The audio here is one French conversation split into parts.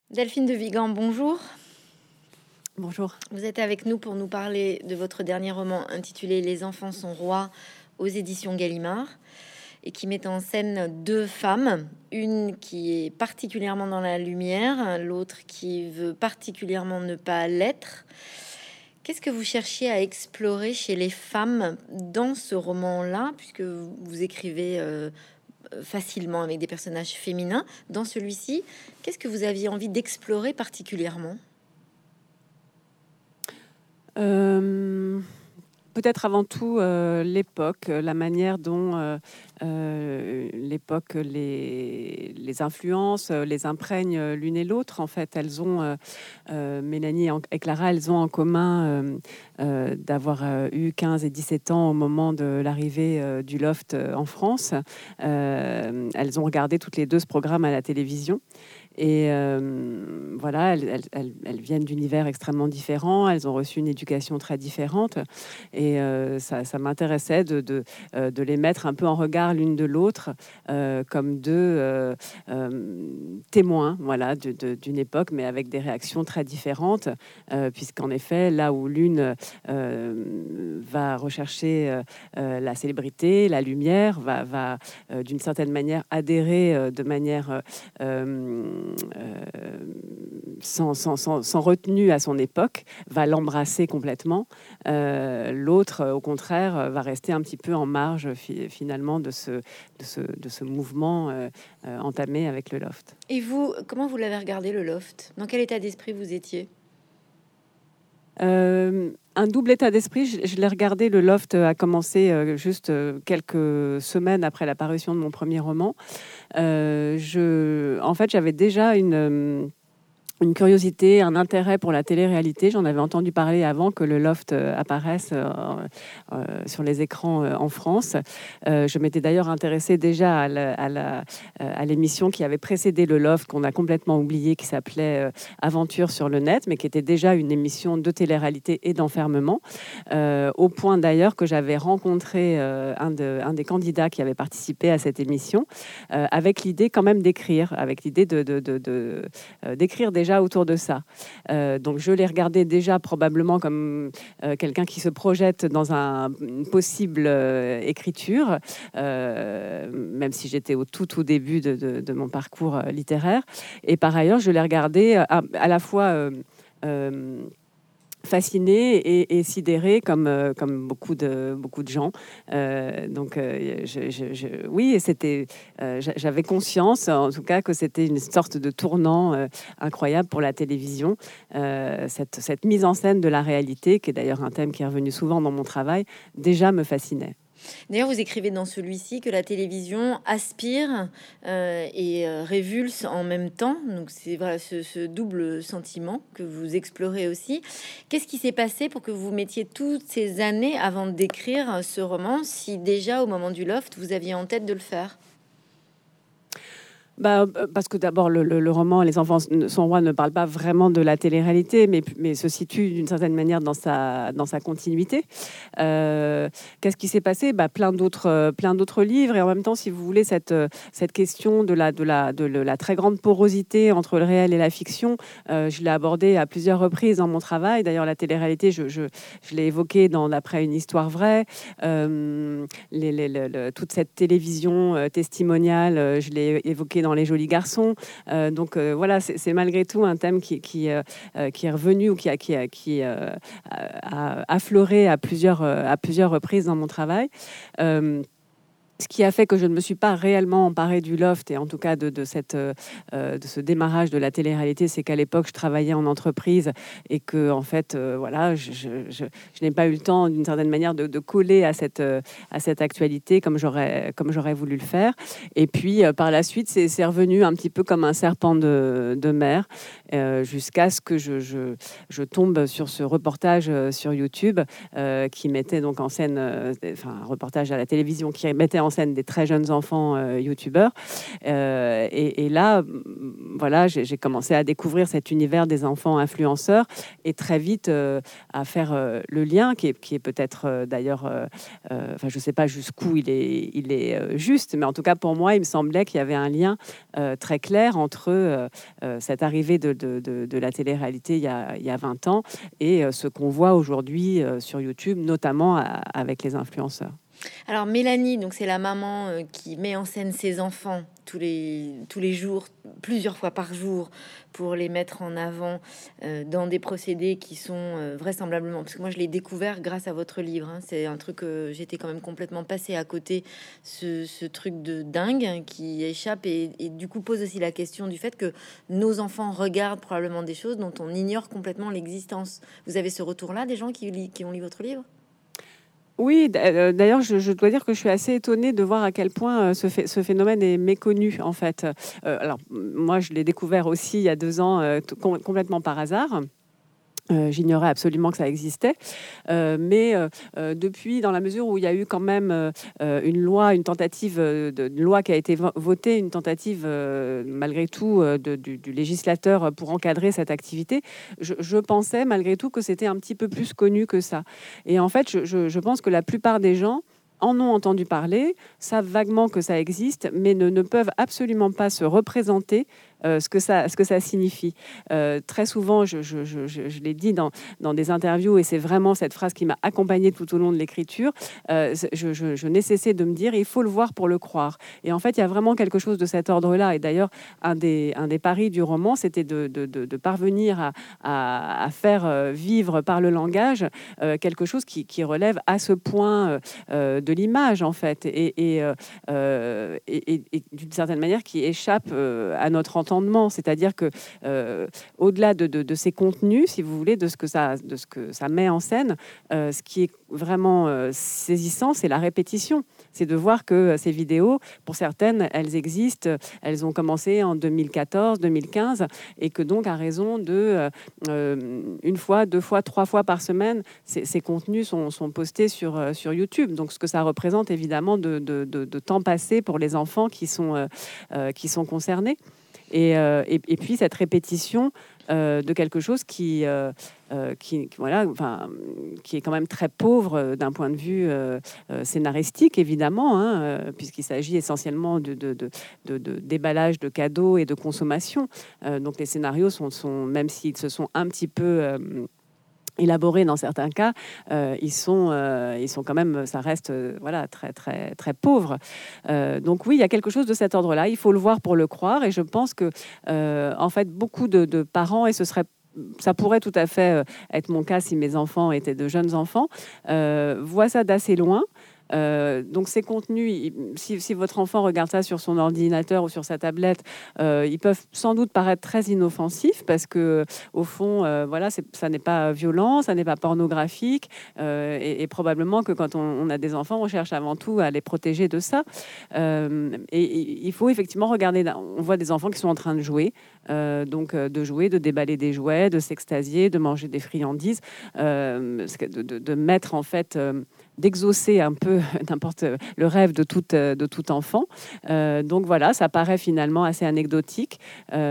Delphine de Vigan, bonjour. Bonjour. Vous êtes avec nous pour nous parler de votre dernier roman intitulé Les enfants sont rois aux éditions Gallimard et qui met en scène deux femmes, une qui est particulièrement dans la lumière, l'autre qui veut particulièrement ne pas l'être. Qu'est-ce que vous cherchiez à explorer chez les femmes dans ce roman-là, puisque vous écrivez facilement avec des personnages féminins? Dans celui-ci, qu'est-ce que vous aviez envie d'explorer particulièrement? Peut-être avant tout l'époque, la manière dont l'époque les influence, les imprègne l'une et l'autre. En fait, elles ont, Mélanie et Clara, elles ont en commun d'avoir eu 15 et 17 ans au moment de l'arrivée du Loft en France. Elles ont regardé toutes les deux ce programme à la télévision. Et voilà, elles viennent d'univers extrêmement différents, elles ont reçu une éducation très différente. Et ça m'intéressait de les mettre un peu en regard l'une de l'autre, comme deux témoins, voilà, d'une époque, mais avec des réactions très différentes, puisqu'en effet, là où l'une va rechercher la célébrité, la lumière, va d'une certaine manière adhérer de manière sans retenue à son époque, va l'embrasser complètement. L'autre, au contraire, va rester un petit peu en marge finalement de ce mouvement entamé avec le Loft. Et vous, comment vous l'avez regardé, le Loft? Dans quel état d'esprit vous étiez? Un double état d'esprit. Je l'ai regardé, le Loft a commencé juste quelques semaines après la parution de mon premier roman. En fait, j'avais déjà une curiosité, un intérêt pour la télé-réalité. J'en avais entendu parler avant que le Loft apparaisse sur les écrans en France. Je m'étais d'ailleurs intéressée déjà à l'émission qui avait précédé le Loft, qu'on a complètement oublié, qui s'appelait Aventure sur le net, mais qui était déjà une émission de télé-réalité et d'enfermement, au point d'ailleurs que j'avais rencontré un des candidats qui avait participé à cette émission, avec l'idée quand même d'écrire, avec l'idée d'écrire déjà autour de ça. Donc je l'ai regardé déjà probablement comme quelqu'un qui se projette dans une possible écriture, même si j'étais au tout début de mon parcours littéraire. Et par ailleurs, je l'ai regardé à la fois fascinée et sidérée comme beaucoup de gens. Oui, et j'avais conscience, en tout cas, que c'était une sorte de tournant incroyable pour la télévision. Cette mise en scène de la réalité, qui est d'ailleurs un thème qui est revenu souvent dans mon travail, déjà me fascinait. D'ailleurs, vous écrivez dans celui-ci que la télévision aspire et révulse en même temps. Donc, c'est voilà, ce double sentiment que vous explorez aussi. Qu'est-ce qui s'est passé pour que vous mettiez toutes ces années avant d'écrire ce roman, si déjà au moment du Loft, vous aviez en tête de le faire? Parce que d'abord, le roman Les enfants sont rois ne parle pas vraiment de la télé-réalité, mais se situe d'une certaine manière dans sa continuité. Qu'est-ce qui s'est passé? Plein d'autres livres. Et en même temps, si vous voulez, cette question de la très grande porosité entre le réel et la fiction, je l'ai abordée à plusieurs reprises dans mon travail. D'ailleurs, la télé-réalité, je l'ai évoquée dans D'après une histoire vraie. Toute cette télévision testimoniale, je l'ai évoquée dans Les Jolis Garçons. Voilà, c'est malgré tout un thème qui est revenu ou qui a affleuré à plusieurs reprises dans mon travail. Ce qui a fait que je ne me suis pas réellement emparée du Loft et en tout cas de ce démarrage de la télé-réalité, c'est qu'à l'époque, je travaillais en entreprise et que, en fait, voilà, je n'ai pas eu le temps, d'une certaine manière, de coller à cette actualité comme j'aurais voulu le faire. Et puis, par la suite, c'est revenu un petit peu comme un serpent de mer, jusqu'à ce que je tombe sur ce reportage sur YouTube qui mettait donc en scène, un reportage à la télévision qui mettait en en scène des très jeunes enfants youtubeurs. Et là, voilà, j'ai commencé à découvrir cet univers des enfants influenceurs et très vite à faire le lien qui est peut-être d'ailleurs, enfin, je ne sais pas jusqu'où il est juste, mais en tout cas pour moi, il me semblait qu'il y avait un lien très clair entre cette arrivée de la télé-réalité il y a 20 ans et ce qu'on voit aujourd'hui sur YouTube, notamment avec les influenceurs. Alors Mélanie, donc c'est la maman qui met en scène ses enfants tous les jours, plusieurs fois par jour, pour les mettre en avant dans des procédés qui sont vraisemblablement, parce que moi je l'ai découvert grâce à votre livre, hein, c'est un truc que j'étais quand même complètement passé à côté, ce truc de dingue hein, qui échappe et du coup pose aussi la question du fait que nos enfants regardent probablement des choses dont on ignore complètement l'existence. Vous avez ce retour-là des gens qui ont lu votre livre? Oui, d'ailleurs, je dois dire que je suis assez étonnée de voir à quel point ce phénomène est méconnu, en fait. Alors, moi, je l'ai découvert aussi il y a 2 ans, complètement par hasard. J'ignorais absolument que ça existait, mais depuis, dans la mesure où il y a eu quand même une tentative de loi qui a été votée, une tentative malgré tout du législateur pour encadrer cette activité, je pensais malgré tout que c'était un petit peu plus connu que ça. Et en fait, je pense que la plupart des gens en ont entendu parler, savent vaguement que ça existe, mais ne peuvent absolument pas se représenter ce que ça signifie. Très souvent, je l'ai dit dans des interviews, et c'est vraiment cette phrase qui m'a accompagnée tout au long de l'écriture, je n'ai cessé de me dire, il faut le voir pour le croire. Et en fait, il y a vraiment quelque chose de cet ordre-là. Et d'ailleurs, un des paris du roman, c'était de parvenir à faire vivre par le langage quelque chose qui relève à ce point de l'image, en fait, et d'une certaine manière qui échappe à notre entendement. C'est-à-dire que au-delà de ces contenus, si vous voulez, de ce que ça met en scène, ce qui est vraiment saisissant, c'est la répétition. C'est de voir que ces vidéos, pour certaines, elles existent, elles ont commencé en 2014, 2015, et que donc, à raison de 1 fois, 2 fois, 3 fois par semaine, ces contenus sont postés sur YouTube. Donc, ce que ça représente, évidemment, de temps passé pour les enfants qui sont concernés. Et puis, cette répétition de quelque chose qui voilà, enfin, qui est quand même très pauvre d'un point de vue scénaristique, évidemment, hein, puisqu'il s'agit essentiellement de déballage de cadeaux et de consommation. Donc les scénarios sont même s'ils se sont un petit peu élaborés dans certains cas, ils sont quand même, ça reste voilà, très très très pauvre. Donc oui, il y a quelque chose de cet ordre-là. Il faut le voir pour le croire, et je pense que en fait beaucoup de parents, et ça pourrait tout à fait être mon cas si mes enfants étaient de jeunes enfants, voient ça d'assez loin. Donc ces contenus, si votre enfant regarde ça sur son ordinateur ou sur sa tablette, ils peuvent sans doute paraître très inoffensifs parce que au fond, voilà, ça n'est pas violent, ça n'est pas pornographique, et probablement que quand on a des enfants, on cherche avant tout à les protéger de ça. Et il faut effectivement regarder. On voit des enfants qui sont en train de jouer, de jouer, de déballer des jouets, de s'extasier, de manger des friandises, de mettre en fait d'exaucer un peu n'importe le rêve de tout enfant. Donc voilà, ça paraît finalement assez anecdotique,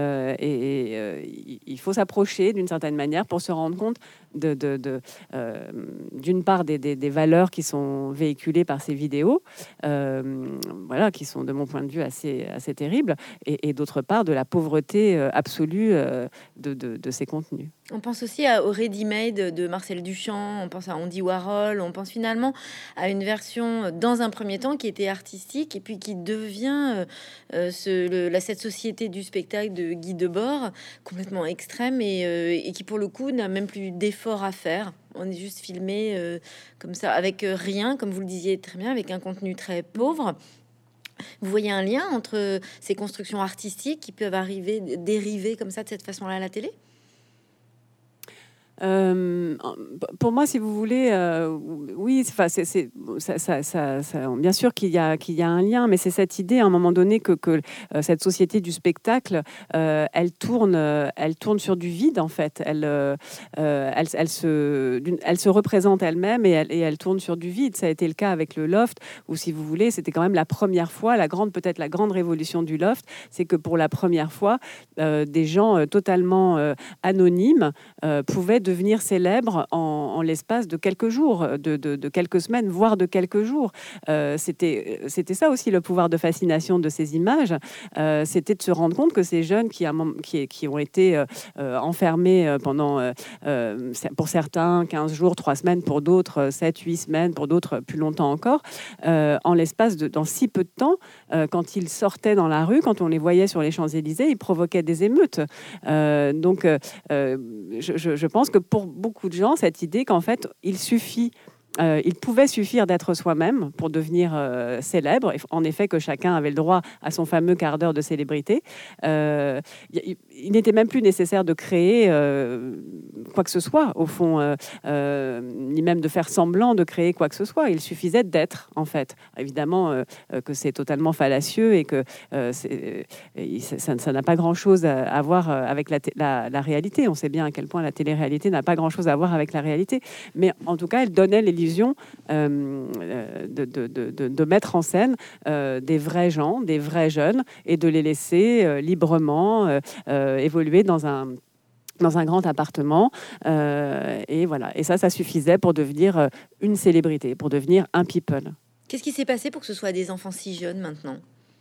et il faut s'approcher d'une certaine manière pour se rendre compte d'une part des valeurs qui sont véhiculées par ces vidéos, voilà, qui sont de mon point de vue assez terribles, et d'autre part de la pauvreté absolue de ces contenus. On pense aussi au Ready-Made de Marcel Duchamp, on pense à Andy Warhol, on pense finalement à une version dans un premier temps qui était artistique et puis qui devient cette société du spectacle de Guy Debord, complètement extrême et qui pour le coup n'a même plus d'effort à faire. On est juste filmé comme ça, avec rien, comme vous le disiez très bien, avec un contenu très pauvre. Vous voyez un lien entre ces constructions artistiques qui peuvent dériver comme ça de cette façon-là à la télé? Pour moi, si vous voulez, oui, enfin, bien sûr qu'il y a un lien, mais c'est cette idée à un moment donné que cette société du spectacle, elle tourne sur du vide en fait. Elle se représente elle-même et elle tourne sur du vide. Ça a été le cas avec le loft, où si vous voulez, c'était quand même la première fois, peut-être la grande révolution du loft, c'est que pour la première fois, des gens totalement anonymes pouvaient devenir célèbres en l'espace de quelques jours, de quelques semaines, voire de quelques jours. C'était ça aussi le pouvoir de fascination de ces images, c'était de se rendre compte que ces jeunes qui ont été enfermés pendant, pour certains, 15 jours, 3 semaines, pour d'autres, 7, 8 semaines, pour d'autres, plus longtemps encore, dans si peu de temps, quand ils sortaient dans la rue, quand on les voyait sur les Champs-Élysées, ils provoquaient des émeutes. Je pense que pour beaucoup de gens, cette idée qu'en fait, il pouvait suffire d'être soi-même pour devenir célèbre. En effet, que chacun avait le droit à son fameux quart d'heure de célébrité. Il n'était même plus nécessaire de créer quoi que ce soit, au fond, ni même de faire semblant de créer quoi que ce soit. Il suffisait d'être, en fait. Évidemment que c'est totalement fallacieux et que ça n'a pas grand-chose à voir avec la réalité. On sait bien à quel point la télé-réalité n'a pas grand-chose à voir avec la réalité. Mais en tout cas, elle donnait l'illusion de mettre en scène des vrais gens, des vrais jeunes, et de les laisser librement évoluer dans un grand appartement. Et voilà. Et ça suffisait pour devenir une célébrité, pour devenir un people. Qu'est-ce qui s'est passé pour que ce soit des enfants si jeunes maintenant?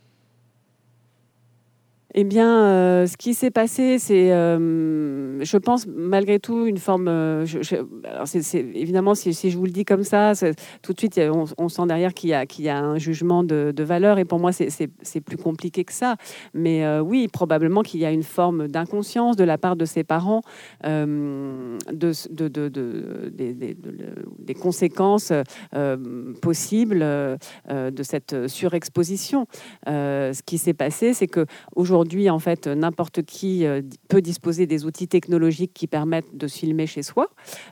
Eh bien, ce qui s'est passé, c'est, je pense, malgré tout, une forme... alors évidemment, si je vous le dis comme ça, tout de suite, on sent derrière qu'il y a un jugement de valeur. Et pour moi, c'est plus compliqué que ça. Mais oui, probablement qu'il y a une forme d'inconscience de la part de ses parents des conséquences possibles de cette surexposition. Ce qui s'est passé, c'est que aujourd'hui, en fait, n'importe qui peut disposer des outils technologiques qui permettent de se filmer chez soi.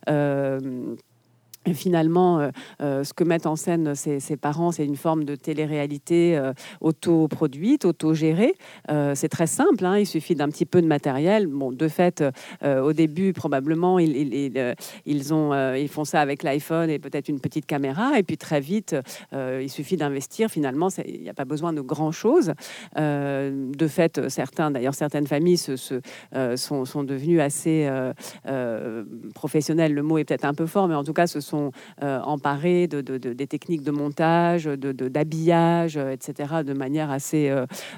Finalement, ce que mettent en scène ses parents, c'est une forme de télé-réalité auto-produite, auto-gérée. C'est très simple, hein, il suffit d'un petit peu de matériel. Bon, de fait, au début, probablement, ils font ça avec l'iPhone et peut-être une petite caméra. Et puis très vite, il suffit d'investir. Finalement, il n'y a pas besoin de grand-chose. De fait, certaines familles sont devenues assez professionnelles. Le mot est peut-être un peu fort, mais en tout cas, se sont emparés des techniques de montage, d'habillage, etc., de manière assez,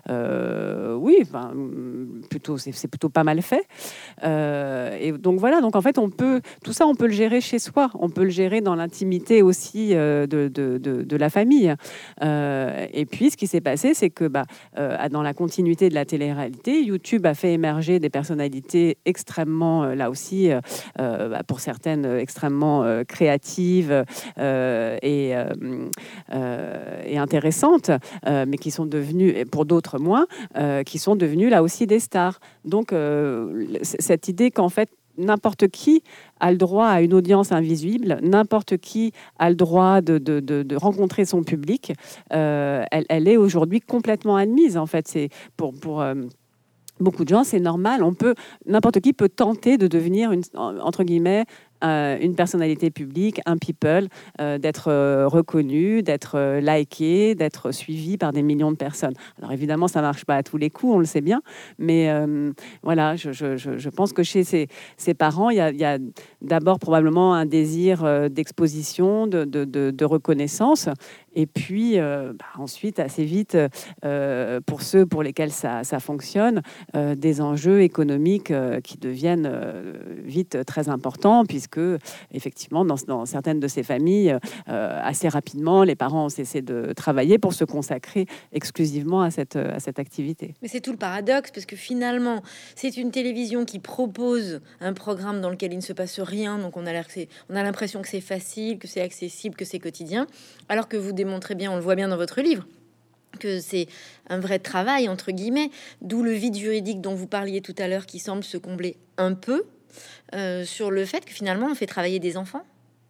c'est plutôt pas mal fait. Et donc voilà, donc en fait, tout ça, on peut le gérer chez soi, on peut le gérer dans l'intimité aussi de la famille. Et puis, ce qui s'est passé, c'est que dans la continuité de la télé-réalité, YouTube a fait émerger des personnalités extrêmement, là aussi, pour certaines, extrêmement créatives et intéressantes, mais qui sont devenues, et pour d'autres moins, qui sont devenues là aussi des stars. Donc, cette idée qu'en fait, n'importe qui a le droit à une audience invisible, n'importe qui a le droit de rencontrer son public, elle est aujourd'hui complètement admise. En fait, c'est pour beaucoup de gens, c'est normal. N'importe qui peut tenter de devenir entre guillemets une personnalité publique, un people, d'être reconnu, d'être liké, d'être suivi par des millions de personnes. Alors évidemment, ça marche pas à tous les coups, on le sait bien, mais voilà, je pense que chez ces parents, il y a d'abord probablement un désir d'exposition, de reconnaissance, et puis ensuite, assez vite, pour ceux pour lesquels ça fonctionne, des enjeux économiques qui deviennent vite très importants, puisque effectivement, dans certaines de ces familles, assez rapidement, les parents ont cessé de travailler pour se consacrer exclusivement à cette activité. Mais c'est tout le paradoxe, parce que finalement, c'est une télévision qui propose un programme dans lequel il ne se passe rien, donc on a l'impression que c'est facile, que c'est accessible, que c'est quotidien, alors que vous démontrez bien, on le voit bien dans votre livre, que c'est un vrai travail, entre guillemets, d'où le vide juridique dont vous parliez tout à l'heure, qui semble se combler un peu, sur le fait que finalement on fait travailler des enfants?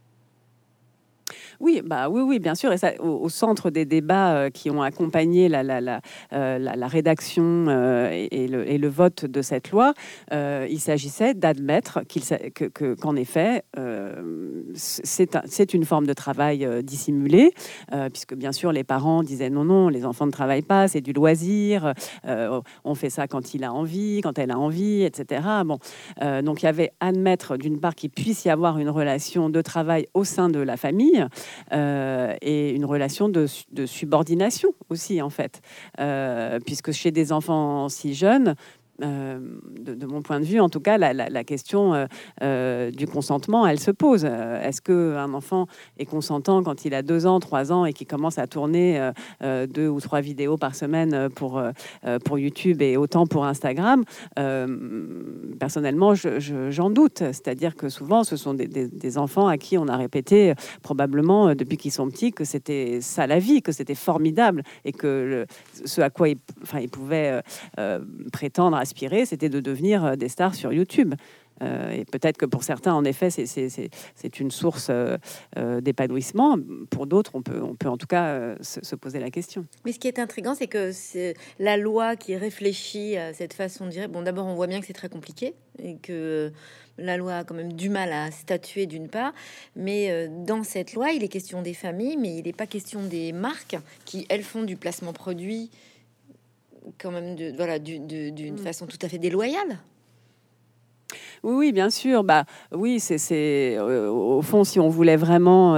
Oui, oui, bien sûr. Et ça, au centre des débats qui ont accompagné la rédaction et le vote de cette loi, il s'agissait d'admettre qu'en effet, c'est une forme de travail dissimulé, puisque bien sûr les parents disaient non, non, les enfants ne travaillent pas, c'est du loisir, on fait ça quand il a envie, quand elle a envie, etc. Bon, donc il y avait admettre d'une part qu'il puisse y avoir une relation de travail au sein de la famille, et une relation de subordination aussi, en fait. Puisque chez des enfants si jeunes, de mon point de vue, en tout cas, la question du consentement, elle se pose. Est-ce qu'un enfant est consentant quand il a 2 ans, 3 ans et qui commence à tourner 2 ou 3 vidéos par semaine pour YouTube et autant pour Instagram? Personnellement, j'en doute. C'est-à-dire que souvent, ce sont des enfants à qui on a répété probablement depuis qu'ils sont petits que c'était ça la vie, que c'était formidable et que ce à quoi ils pouvaient prétendre, aspirer, c'était de devenir des stars sur YouTube. Et peut-être que pour certains, en effet, c'est une source d'épanouissement. Pour d'autres, on peut en tout cas se poser la question. Mais ce qui est intriguant, c'est que c'est la loi qui réfléchit à cette façon de dire. Bon, d'abord, on voit bien que c'est très compliqué et que la loi a quand même du mal à statuer d'une part. Mais dans cette loi, il est question des familles, mais il n'est pas question des marques qui, elles, font du placement produit quand même d'une façon tout à fait déloyale. Oui, oui, bien sûr. Oui, au fond, si on voulait vraiment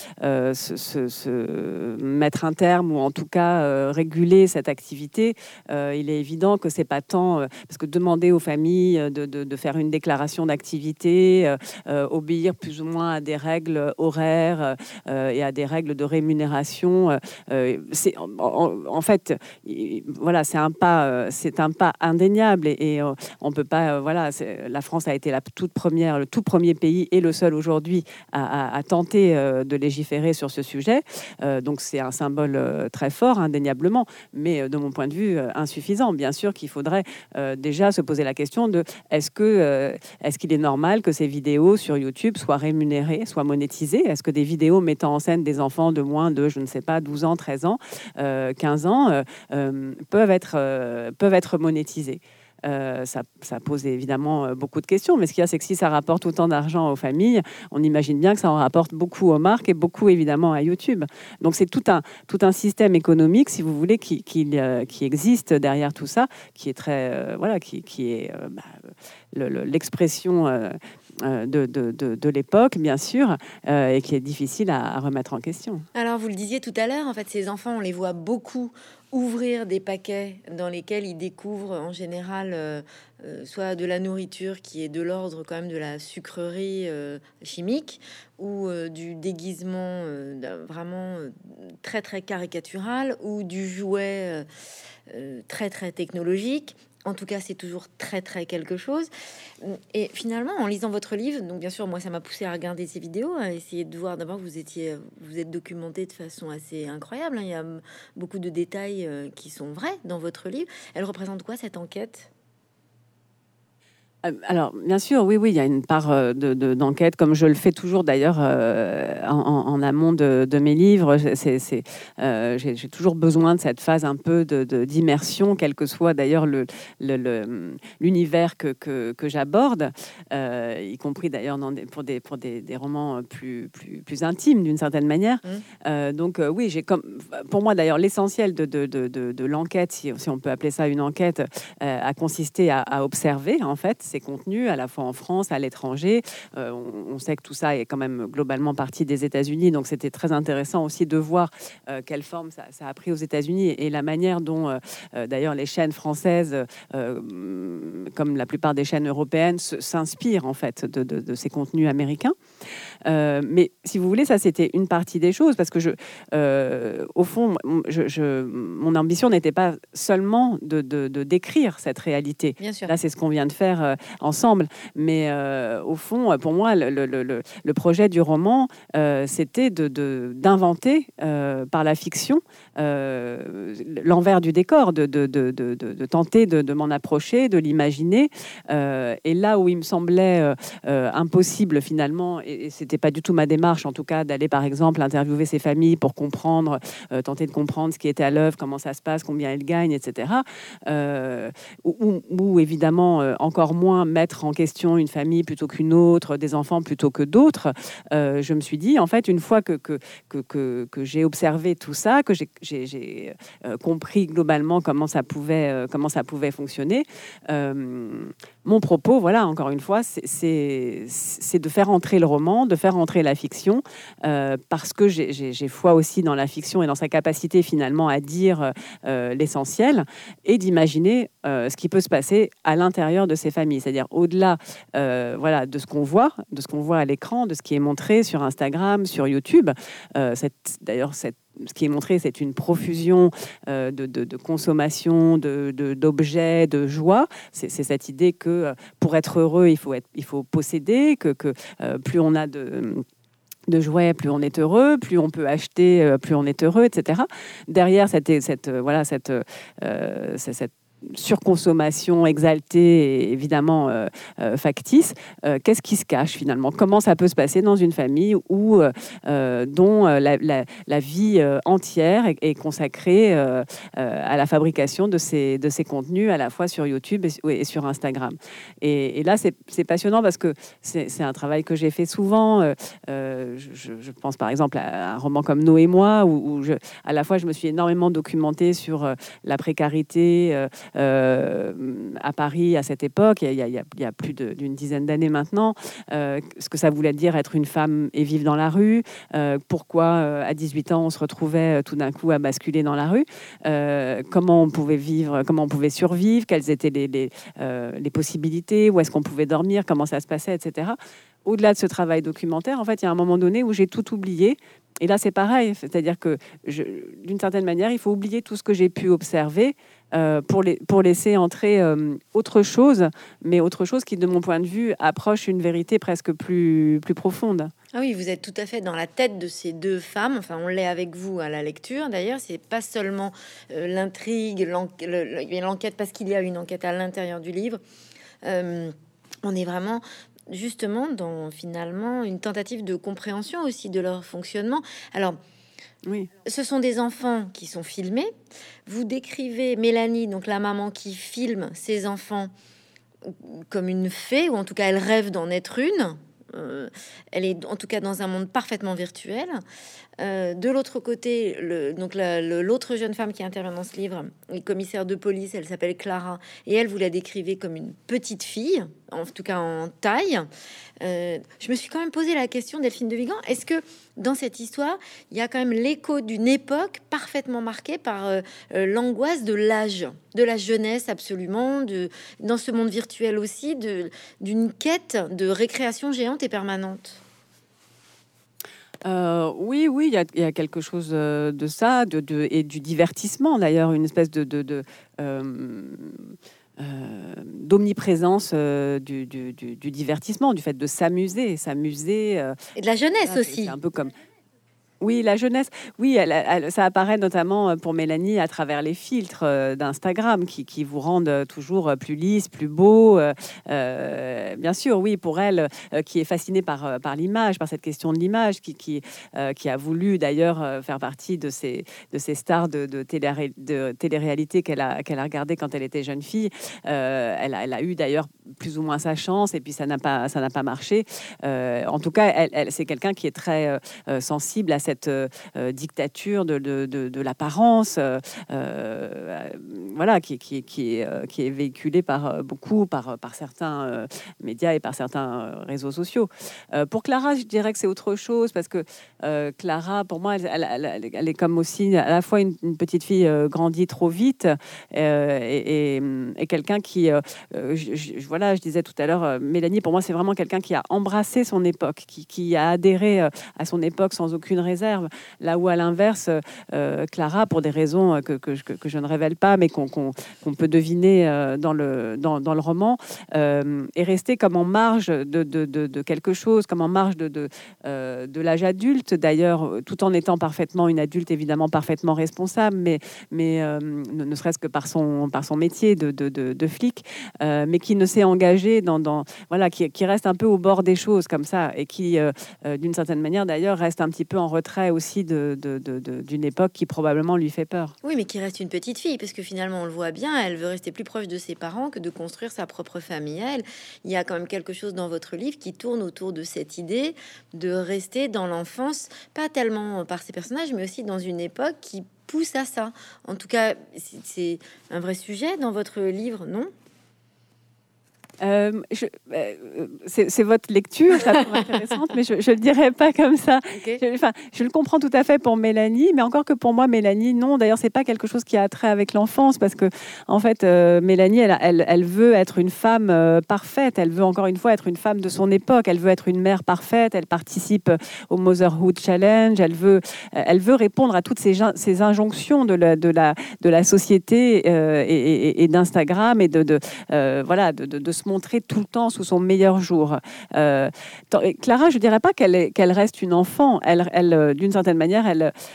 se mettre un terme ou en tout cas réguler cette activité, il est évident que c'est pas tant parce que demander aux familles de faire une déclaration d'activité, obéir plus ou moins à des règles horaires et à des règles de rémunération, c'est en fait, voilà, c'est un pas indéniable et on peut pas, voilà, la France a été le tout premier pays et le seul aujourd'hui à tenter de légiférer sur ce sujet. Donc c'est un symbole très fort, indéniablement, mais de mon point de vue, insuffisant. Bien sûr qu'il faudrait déjà se poser la question de est-ce qu'il est normal que ces vidéos sur YouTube soient rémunérées, soient monétisées? Est-ce que des vidéos mettant en scène des enfants de moins de, je ne sais pas, 12 ans, 13 ans, 15 ans, peuvent être monétisées? Ça pose évidemment beaucoup de questions, mais ce qu'il y a, c'est que si ça rapporte autant d'argent aux familles, on imagine bien que ça en rapporte beaucoup aux marques et beaucoup évidemment à YouTube. Donc c'est tout un système économique, si vous voulez, qui existe derrière tout ça, qui est très qui est l'expression de l'époque, bien sûr, et qui est difficile à remettre en question. Alors, vous le disiez tout à l'heure, en fait, ces enfants, on les voit beaucoup ouvrir des paquets dans lesquels ils découvrent en général soit de la nourriture qui est de l'ordre quand même de la sucrerie chimique ou du déguisement vraiment très très caricatural ou du jouet très très technologique. En tout cas, c'est toujours très très quelque chose. Et finalement, en lisant votre livre, donc bien sûr, moi, ça m'a poussé à regarder ces vidéos, à essayer de voir. D'abord, vous êtes documenté de façon assez incroyable, hein. Il y a beaucoup de détails qui sont vrais dans votre livre. Elle représente quoi cette enquête? Alors, bien sûr, oui, il y a une part d'enquête, comme je le fais toujours d'ailleurs en amont de mes livres. J'ai toujours besoin de cette phase un peu d'immersion, quel que soit d'ailleurs l'univers que j'aborde, y compris d'ailleurs pour des romans plus intimes d'une certaine manière. Donc, oui, pour moi d'ailleurs, l'essentiel de l'enquête, si on peut appeler ça une enquête, a consisté à observer en fait ces contenus, à la fois en France, à l'étranger. On sait que tout ça est quand même globalement parti des États-Unis, donc c'était très intéressant aussi de voir quelle forme ça a pris aux États-Unis et la manière dont d'ailleurs les chaînes françaises, comme la plupart des chaînes européennes, s'inspirent en fait de ces contenus américains. Mais si vous voulez, ça, c'était une partie des choses, parce que au fond, mon ambition n'était pas seulement de décrire cette réalité. Bien sûr. Là, c'est ce qu'on vient de faire ensemble. Mais au fond, pour moi, le projet du roman, c'était d'inventer par la fiction l'envers du décor, de tenter de m'en approcher, de l'imaginer. Et là où il me semblait impossible finalement, et c'était pas du tout ma démarche en tout cas, d'aller par exemple interviewer ces familles pour comprendre, tenter de comprendre ce qui était à l'œuvre, comment ça se passe, combien elles gagnent, etc. Ou évidemment encore moins mettre en question une famille plutôt qu'une autre, des enfants plutôt que d'autres. Je me suis dit, en fait, une fois que j'ai observé tout ça, que j'ai compris globalement comment ça pouvait fonctionner, mon propos, voilà, encore une fois, c'est de faire entrer le roman, de faire entrer la fiction, parce que j'ai foi aussi dans la fiction et dans sa capacité finalement à dire l'essentiel, et d'imaginer ce qui peut se passer à l'intérieur de ces familles, c'est-à-dire au-delà voilà, de ce qu'on voit à l'écran, de ce qui est montré sur Instagram, sur YouTube. D'ailleurs, ce qui est montré, c'est une profusion de consommation, d'objets, de joie. C'est cette idée que pour être heureux, il faut posséder, que plus on a de jouets, plus on est heureux, plus on peut acheter, plus on est heureux, etc. Derrière cette surconsommation exaltée et évidemment factice, qu'est-ce qui se cache finalement? Comment ça peut se passer dans une famille dont la vie entière est consacrée à la fabrication de ces contenus, à la fois sur YouTube et sur Instagram. Et là, c'est passionnant parce que c'est un travail que j'ai fait souvent. Je pense par exemple à un roman comme Noé et moi, où à la fois je me suis énormément documentée sur la précarité à Paris à cette époque, il y a plus d'une dizaine d'années maintenant, ce que ça voulait dire être une femme et vivre dans la rue, pourquoi à 18 ans on se retrouvait tout d'un coup à basculer dans la rue, comment on pouvait vivre, comment on pouvait survivre, quelles étaient les possibilités, où est-ce qu'on pouvait dormir, comment ça se passait, etc. Au-delà de ce travail documentaire, en fait, il y a un moment donné où j'ai tout oublié. Et là, c'est pareil, c'est-à-dire que d'une certaine manière, il faut oublier tout ce que j'ai pu observer pour laisser entrer autre chose, mais autre chose qui, de mon point de vue, approche une vérité presque plus profonde. Ah oui, vous êtes tout à fait dans la tête de ces deux femmes. Enfin, on l'est avec vous à la lecture. D'ailleurs, c'est pas seulement l'intrigue, l'enquête, parce qu'il y a une enquête à l'intérieur du livre. On est vraiment justement dans finalement une tentative de compréhension aussi de leur fonctionnement. Alors, oui, ce sont des enfants qui sont filmés. Vous décrivez Mélanie, donc la maman qui filme ses enfants comme une fée, ou en tout cas elle rêve d'en être une. Elle est en tout cas dans un monde parfaitement virtuel. De l'autre côté, l'autre jeune femme qui intervient dans ce livre est commissaire de police. Elle s'appelle Clara et elle, vous la décrivez comme une petite fille, en tout cas en taille. Je me suis quand même posé la question, Delphine de Vigan, est-ce que dans cette histoire, il y a quand même l'écho d'une époque parfaitement marquée par l'angoisse de l'âge, de la jeunesse absolument, dans ce monde virtuel aussi, d'une quête de récréation géante et permanente? Oui, il y a quelque chose de ça, et du divertissement d'ailleurs, une espèce d'omniprésence du divertissement, du fait de s'amuser. Et de la jeunesse Voilà, aussi. c'est un peu comme... Oui, la jeunesse. Oui, ça apparaît notamment pour Mélanie à travers les filtres d'Instagram qui vous rendent toujours plus lisse, plus beau. Bien sûr, oui, pour elle, qui est fascinée par l'image, par cette question de l'image, qui a voulu d'ailleurs faire partie de ces stars de télé-réalité qu'elle a regardé quand elle était jeune fille. Elle a eu d'ailleurs plus ou moins sa chance, et puis ça n'a pas marché. En tout cas, c'est quelqu'un qui est très sensible à cette dictature de l'apparence, voilà, qui est véhiculée par beaucoup, par certains médias et par certains réseaux sociaux. Pour Clara, je dirais que c'est autre chose parce que Clara, pour moi, elle est comme aussi à la fois une petite fille grandie trop vite et quelqu'un qui, voilà, je disais tout à l'heure, Mélanie, pour moi, c'est vraiment quelqu'un qui a embrassé son époque, qui a adhéré à son époque sans aucune réserve. Là où, à l'inverse, Clara, pour des raisons que je ne révèle pas, mais qu'on peut deviner dans le roman, est restée comme en marge de quelque chose, comme en marge de l'âge adulte, d'ailleurs, tout en étant parfaitement une adulte, évidemment parfaitement responsable, mais ne serait-ce que par son métier de flic, mais qui ne s'est engagé voilà, qui reste un peu au bord des choses comme ça, et qui, d'une certaine manière d'ailleurs, reste un petit peu en retrait aussi d'une époque qui probablement lui fait peur. Oui, mais qui reste une petite fille, parce que finalement, on le voit bien, elle veut rester plus proche de ses parents que de construire sa propre famille à elle. Il y a quand même quelque chose dans votre livre qui tourne autour de cette idée de rester dans l'enfance, pas tellement par ses personnages, mais aussi dans une époque qui pousse à ça. En tout cas, c'est un vrai sujet dans votre livre, non? C'est votre lecture, je la trouve intéressante, mais je le dirais pas comme ça. Okay. Je le comprends tout à fait pour Mélanie, mais encore que pour moi, Mélanie, non. D'ailleurs, c'est pas quelque chose qui a trait avec l'enfance, parce que en fait, Mélanie, elle veut être une femme parfaite. Elle veut encore une fois être une femme de son époque. Elle veut être une mère parfaite. Elle participe au Motherhood Challenge. Elle veut répondre à toutes ces injonctions de la société et d'Instagram et voilà, de se montrer tout le temps sous son meilleur jour. Clara, je dirais pas qu'elle reste une enfant. Elle d'une certaine manière,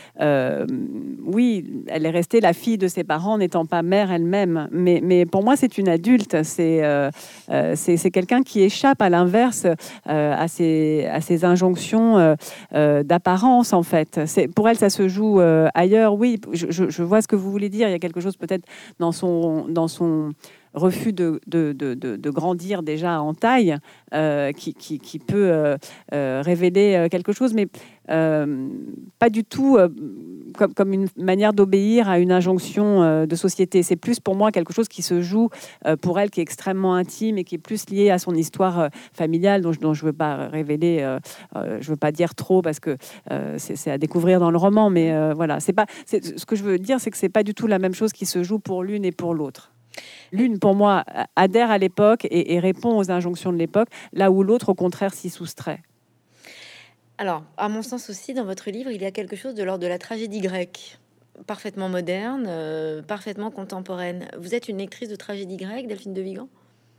oui, elle est restée la fille de ses parents, n'étant pas mère elle-même. Mais pour moi, c'est une adulte. C'est quelqu'un qui échappe à l'inverse à ces injonctions d'apparence, en fait. Pour elle, ça se joue ailleurs. Oui, je vois ce que vous voulez dire. Il y a quelque chose peut-être dans son refus de grandir déjà en taille, qui peut révéler quelque chose, mais pas du tout comme une manière d'obéir à une injonction de société. C'est plus pour moi quelque chose qui se joue pour elle, qui est extrêmement intime et qui est plus lié à son histoire familiale, dont je ne veux pas révéler, je veux pas dire trop parce que c'est à découvrir dans le roman, mais voilà, ce que je veux dire, c'est que c'est pas du tout la même chose qui se joue pour l'une et pour l'autre. L'une, pour moi, adhère à l'époque et répond aux injonctions de l'époque, là où l'autre, au contraire, s'y soustrait. Alors, à mon sens aussi, dans votre livre, il y a quelque chose de l'ordre de la tragédie grecque, parfaitement moderne, parfaitement contemporaine. Vous êtes une lectrice de tragédie grecque, Delphine de Vigan?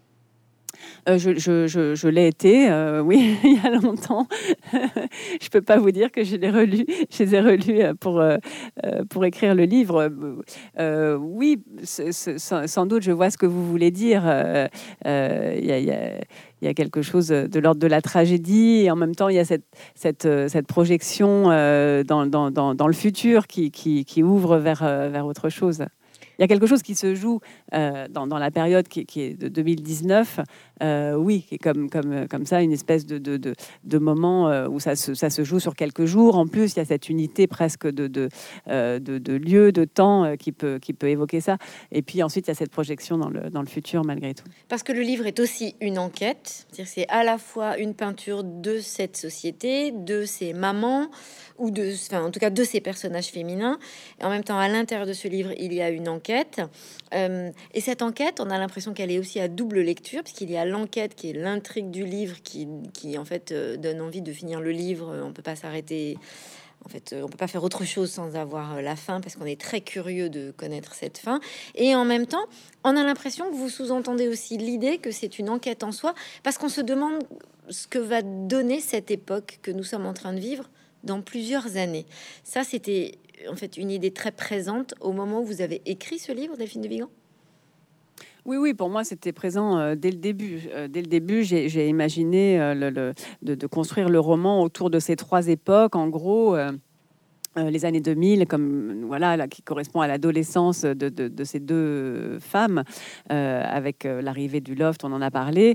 Je l'ai été, oui, il y a longtemps. Je peux pas vous dire que je les ai relus pour écrire le livre. Oui, sans doute, je vois ce que vous voulez dire. Il y a quelque chose de l'ordre de la tragédie, et en même temps, il y a cette projection dans le futur qui ouvre vers autre chose. Il y a quelque chose qui se joue dans la période qui est de 2019, oui, qui est comme ça, une espèce de moment où ça se joue sur quelques jours. En plus, il y a cette unité presque de lieu, de temps qui peut évoquer ça. Et puis ensuite, il y a cette projection dans le futur, malgré tout. Parce que le livre est aussi une enquête, c'est-à-dire c'est à la fois une peinture de cette société, de ses mamans, ou en tout cas de ces personnages féminins. Et en même temps, à l'intérieur de ce livre, il y a une enquête. Et cette enquête, on a l'impression qu'elle est aussi à double lecture, puisqu'il y a l'enquête qui est l'intrigue du livre, qui en fait donne envie de finir le livre. On peut pas s'arrêter. En fait, on peut pas faire autre chose sans avoir la fin, parce qu'on est très curieux de connaître cette fin. Et en même temps, on a l'impression que vous sous-entendez aussi l'idée que c'est une enquête en soi, parce qu'on se demande ce que va donner cette époque que nous sommes en train de vivre dans plusieurs années. Ça, c'était en fait une idée très présente au moment où vous avez écrit ce livre, Delphine de Vigan. Oui, pour moi, c'était présent dès le début. Dès le début, j'ai imaginé de construire le roman autour de ces trois époques, en gros. les années 2000, comme voilà, là, qui correspond à l'adolescence de ces deux femmes, avec l'arrivée du loft, on en a parlé,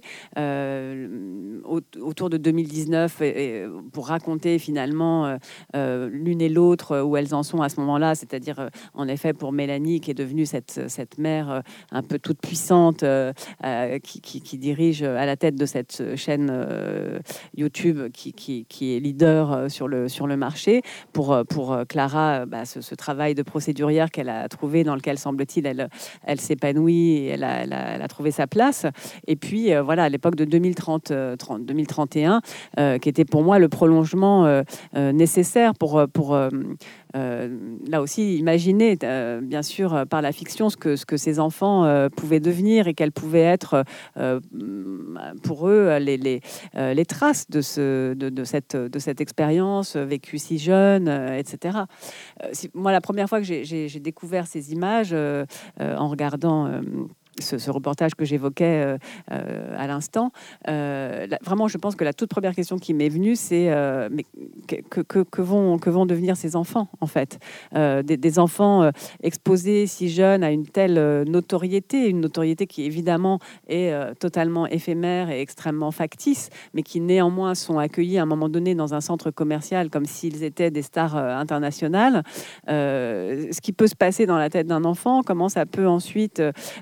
autour de 2019, pour raconter finalement l'une et l'autre où elles en sont à ce moment-là, c'est-à-dire en effet pour Mélanie qui est devenue cette mère un peu toute puissante qui dirige à la tête de cette chaîne YouTube qui est leader sur le marché, pour Clara, ce travail de procédurière qu'elle a trouvé, dans lequel, semble-t-il, elle s'épanouit et elle a trouvé sa place. Et puis, voilà, à l'époque de 2031, qui était pour moi le prolongement nécessaire pour là aussi imaginer, bien sûr, par la fiction, ce que ces enfants pouvaient devenir et quelles pouvaient être pour eux les traces de cette expérience vécue si jeune, etc. Moi, la première fois que j'ai découvert ces images en regardant ce reportage que j'évoquais à l'instant, vraiment, je pense que la toute première question qui m'est venue, c'est mais que vont devenir ces enfants, en fait, des enfants exposés si jeunes à une telle notoriété, une notoriété qui évidemment est totalement éphémère et extrêmement factice, mais qui néanmoins sont accueillis à un moment donné dans un centre commercial comme s'ils étaient des stars internationales. Ce qui peut se passer dans la tête d'un enfant, comment ça peut ensuite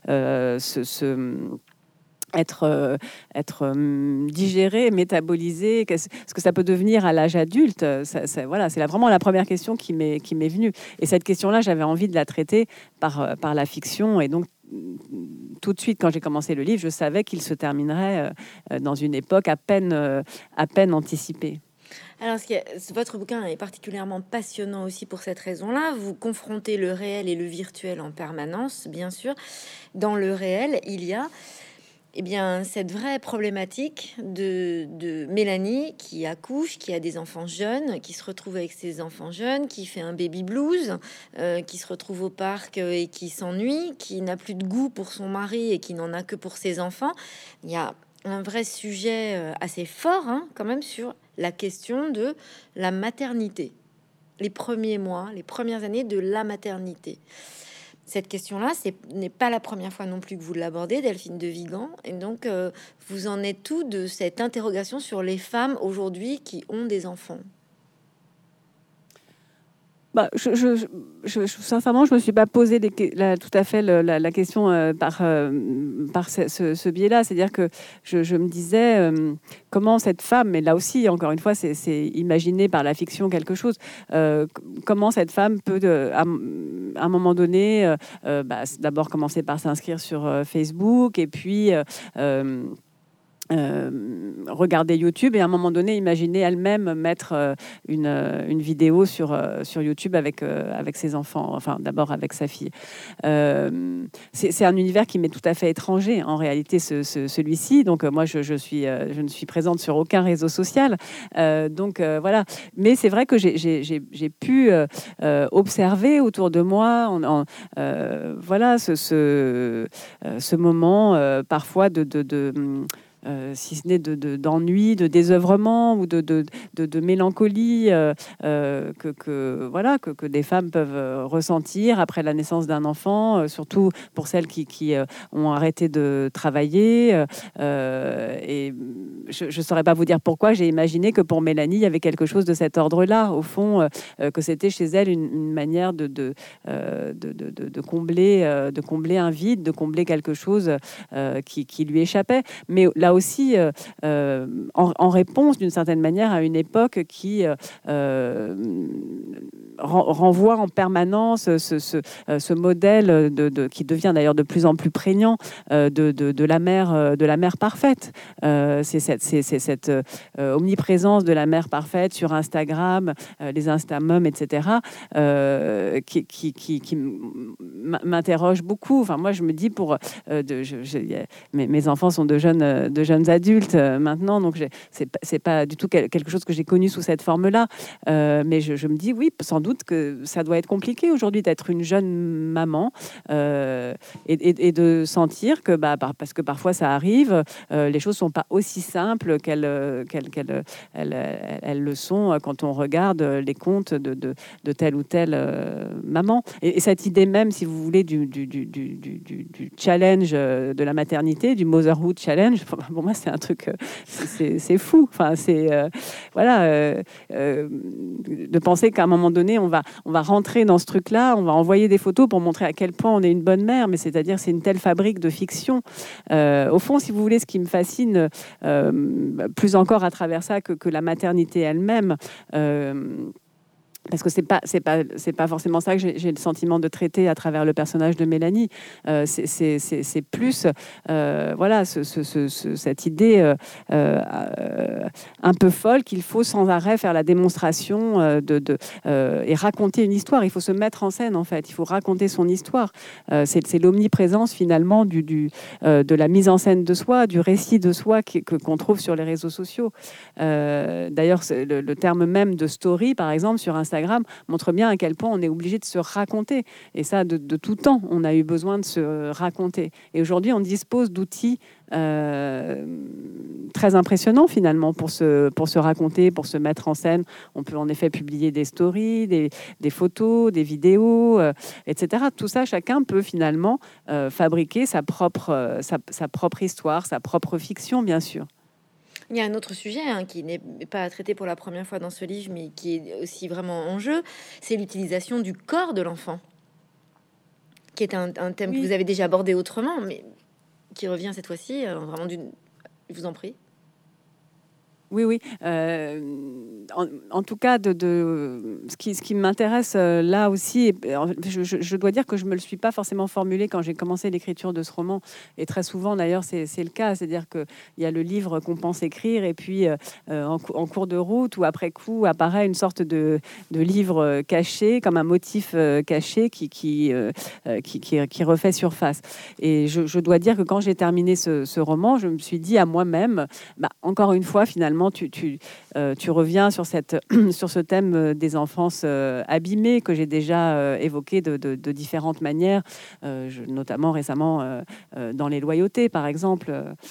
être digéré, métabolisé, ce que ça peut devenir à l'âge adulte. Voilà, c'est vraiment la première question qui m'est venue. Et cette question-là, j'avais envie de la traiter par la fiction. Et donc, tout de suite, quand j'ai commencé le livre, je savais qu'il se terminerait dans une époque à peine anticipée. Alors, votre bouquin est particulièrement passionnant aussi pour cette raison-là. Vous confrontez le réel et le virtuel en permanence, bien sûr. Dans le réel, il y a cette vraie problématique de Mélanie qui accouche, qui a des enfants jeunes, qui se retrouve avec ses enfants jeunes, qui fait un baby blues, qui se retrouve au parc et qui s'ennuie, qui n'a plus de goût pour son mari et qui n'en a que pour ses enfants. Il y a un vrai sujet assez fort, quand même, sur la question de la maternité, les premiers mois, les premières années de la maternité. Cette question-là, n'est pas la première fois non plus que vous l'abordez, Delphine de Vigan. Et donc, vous en êtes tout de cette interrogation sur les femmes aujourd'hui qui ont des enfants? Sincèrement, je me suis pas posé tout à fait la question par ce biais-là. C'est-à-dire que je me disais comment cette femme, mais là aussi, encore une fois, c'est imaginé par la fiction quelque chose, comment cette femme peut, à un moment donné, d'abord commencer par s'inscrire sur Facebook et puis regarder YouTube et à un moment donné imaginer elle-même mettre une vidéo sur YouTube avec ses enfants, enfin d'abord avec sa fille. C'est un univers qui m'est tout à fait étranger en réalité, celui-ci. Donc moi je ne suis présente sur aucun réseau social, donc voilà. Mais c'est vrai que j'ai pu observer autour de moi voilà ce moment parfois si ce n'est d'ennui, de désœuvrement ou de mélancolie que des femmes peuvent ressentir après la naissance d'un enfant, surtout pour celles qui ont arrêté de travailler. Et je ne saurais pas vous dire pourquoi j'ai imaginé que pour Mélanie, il y avait quelque chose de cet ordre-là, au fond, que c'était chez elle une manière de combler un vide, de combler quelque chose qui lui échappait. Mais là aussi en réponse d'une certaine manière à une époque qui renvoie en permanence ce modèle qui devient d'ailleurs de plus en plus prégnant de la mère parfaite. C'est cette omniprésence de la mère parfaite sur Instagram, les Instamums, etc. Qui m'interroge beaucoup. Enfin, moi, je me dis mes enfants sont de jeunes jeunes adultes maintenant, donc c'est pas du tout quelque chose que j'ai connu sous cette forme-là. Mais je me dis, oui, sans doute que ça doit être compliqué aujourd'hui d'être une jeune maman et de sentir que, parce que parfois ça arrive, les choses sont pas aussi simples qu'elles le sont quand on regarde les comptes de telle ou telle maman. Et cette idée même, si vous voulez, du challenge de la maternité, du motherhood challenge, pour moi, c'est un truc, c'est fou. Enfin, c'est de penser qu'à un moment donné, on va rentrer dans ce truc-là, on va envoyer des photos pour montrer à quel point on est une bonne mère, mais c'est-à-dire c'est une telle fabrique de fiction. Au fond, si vous voulez, ce qui me fascine plus encore à travers ça que la maternité elle-même, parce que c'est pas forcément ça que j'ai le sentiment de traiter à travers le personnage de Mélanie. C'est plus cette idée un peu folle qu'il faut sans arrêt faire la démonstration et raconter une histoire. Il faut se mettre en scène, en fait. Il faut raconter son histoire. C'est l'omniprésence finalement de la mise en scène de soi, du récit de soi qu'on trouve sur les réseaux sociaux. D'ailleurs, le terme même de story, par exemple, sur Instagram, montre bien à quel point on est obligé de se raconter. Et ça, de tout temps, on a eu besoin de se raconter. Et aujourd'hui, on dispose d'outils très impressionnants, finalement, pour se raconter, pour se mettre en scène. On peut en effet publier des stories, des photos, des vidéos, etc. Tout ça, chacun peut finalement fabriquer sa propre histoire, sa propre fiction, bien sûr. Il y a un autre sujet qui n'est pas traité pour la première fois dans ce livre, mais qui est aussi vraiment en jeu, c'est l'utilisation du corps de l'enfant, qui est un thème que vous avez déjà abordé autrement, mais qui revient cette fois-ci, vraiment d'une... Je vous en prie. Oui. En tout cas, ce qui m'intéresse là aussi, je dois dire que je me le suis pas forcément formulé quand j'ai commencé l'écriture de ce roman. Et très souvent, d'ailleurs, c'est le cas. C'est-à-dire qu'il y a le livre qu'on pense écrire, et puis en cours de route ou après coup apparaît une sorte de livre caché, comme un motif caché qui refait surface. Et je dois dire que quand j'ai terminé ce roman, je me suis dit à moi-même, encore une fois, finalement, tu reviens sur ce thème des enfances abîmées que j'ai déjà évoqué de différentes manières, notamment récemment dans les loyautés, par exemple.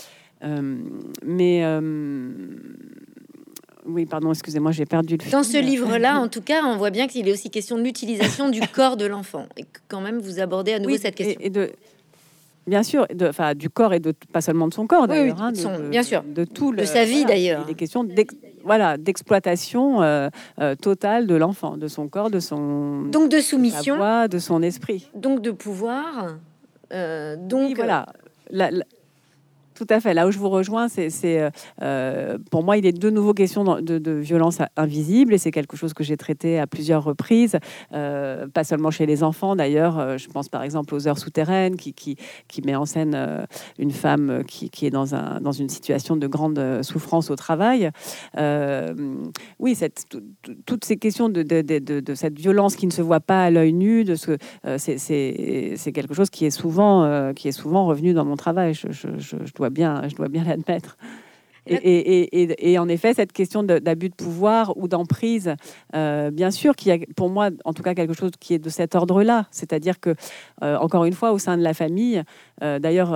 Oui, pardon, excusez-moi, j'ai perdu le fil. Dans ce livre-là, en tout cas, on voit bien qu'il est aussi question de l'utilisation du corps de l'enfant. Et que quand même, vous abordez à nouveau cette question. Bien sûr, du corps et pas seulement de son corps, d'ailleurs. Bien sûr. De sa vie, d'ailleurs. Il est des questions d'exploitation totale de l'enfant, de son corps, de son... Donc de soumission. De sa voix, de son esprit. Donc de pouvoir. Oui, voilà. Tout à fait. Là où je vous rejoins, c'est pour moi, il est de nouveau question de violence invisible, et c'est quelque chose que j'ai traité à plusieurs reprises, pas seulement chez les enfants d'ailleurs. Je pense par exemple aux Heures souterraines, qui met en scène une femme qui est dans une situation de grande souffrance au travail. Oui, toutes ces questions de cette violence qui ne se voit pas à l'œil nu, c'est quelque chose qui est souvent revenu dans mon travail. Je dois bien l'admettre. Et en effet, cette question d'abus de pouvoir ou d'emprise, bien sûr qu'il y a, pour moi, en tout cas, quelque chose qui est de cet ordre-là. C'est-à-dire que, encore une fois, au sein de la famille, d'ailleurs,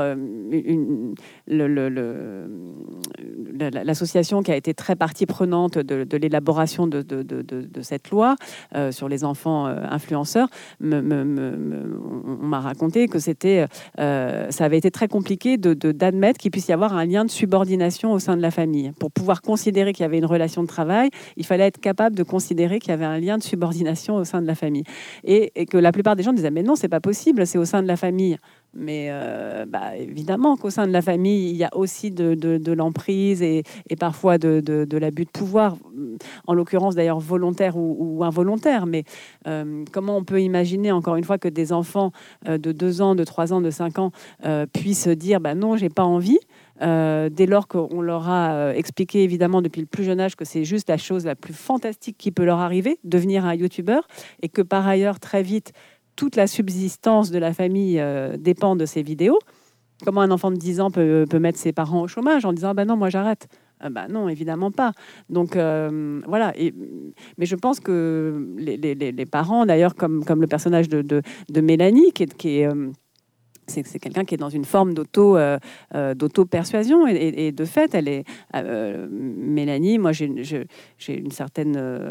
l'association qui a été très partie prenante de l'élaboration de cette loi sur les enfants influenceurs, on m'a raconté que ça avait été très compliqué d'admettre qu'il puisse y avoir un lien de subordination au sein de la famille. Pour pouvoir considérer qu'il y avait une relation de travail, il fallait être capable de considérer qu'il y avait un lien de subordination au sein de la famille. Et que la plupart des gens disaient, mais non, c'est pas possible, c'est au sein de la famille. Mais évidemment qu'au sein de la famille, il y a aussi de l'emprise et parfois de l'abus de pouvoir, en l'occurrence d'ailleurs volontaire ou involontaire. Mais comment on peut imaginer, encore une fois, que des enfants de 2 ans, de 3 ans, de 5 ans puissent dire, non, j'ai pas envie, dès lors qu'on leur a expliqué évidemment depuis le plus jeune âge que c'est juste la chose la plus fantastique qui peut leur arriver, devenir un youtubeur, et que par ailleurs très vite toute la subsistance de la famille dépend de ces vidéos. comment un enfant de 10 ans peut mettre ses parents au chômage en disant, ah ben non, moi j'arrête. Bah non, évidemment pas. Donc voilà. Mais je pense que les parents, d'ailleurs, comme le personnage de Mélanie, c'est quelqu'un qui est dans une forme d'auto-persuasion. Et de fait, elle est... Mélanie, moi, j'ai une certaine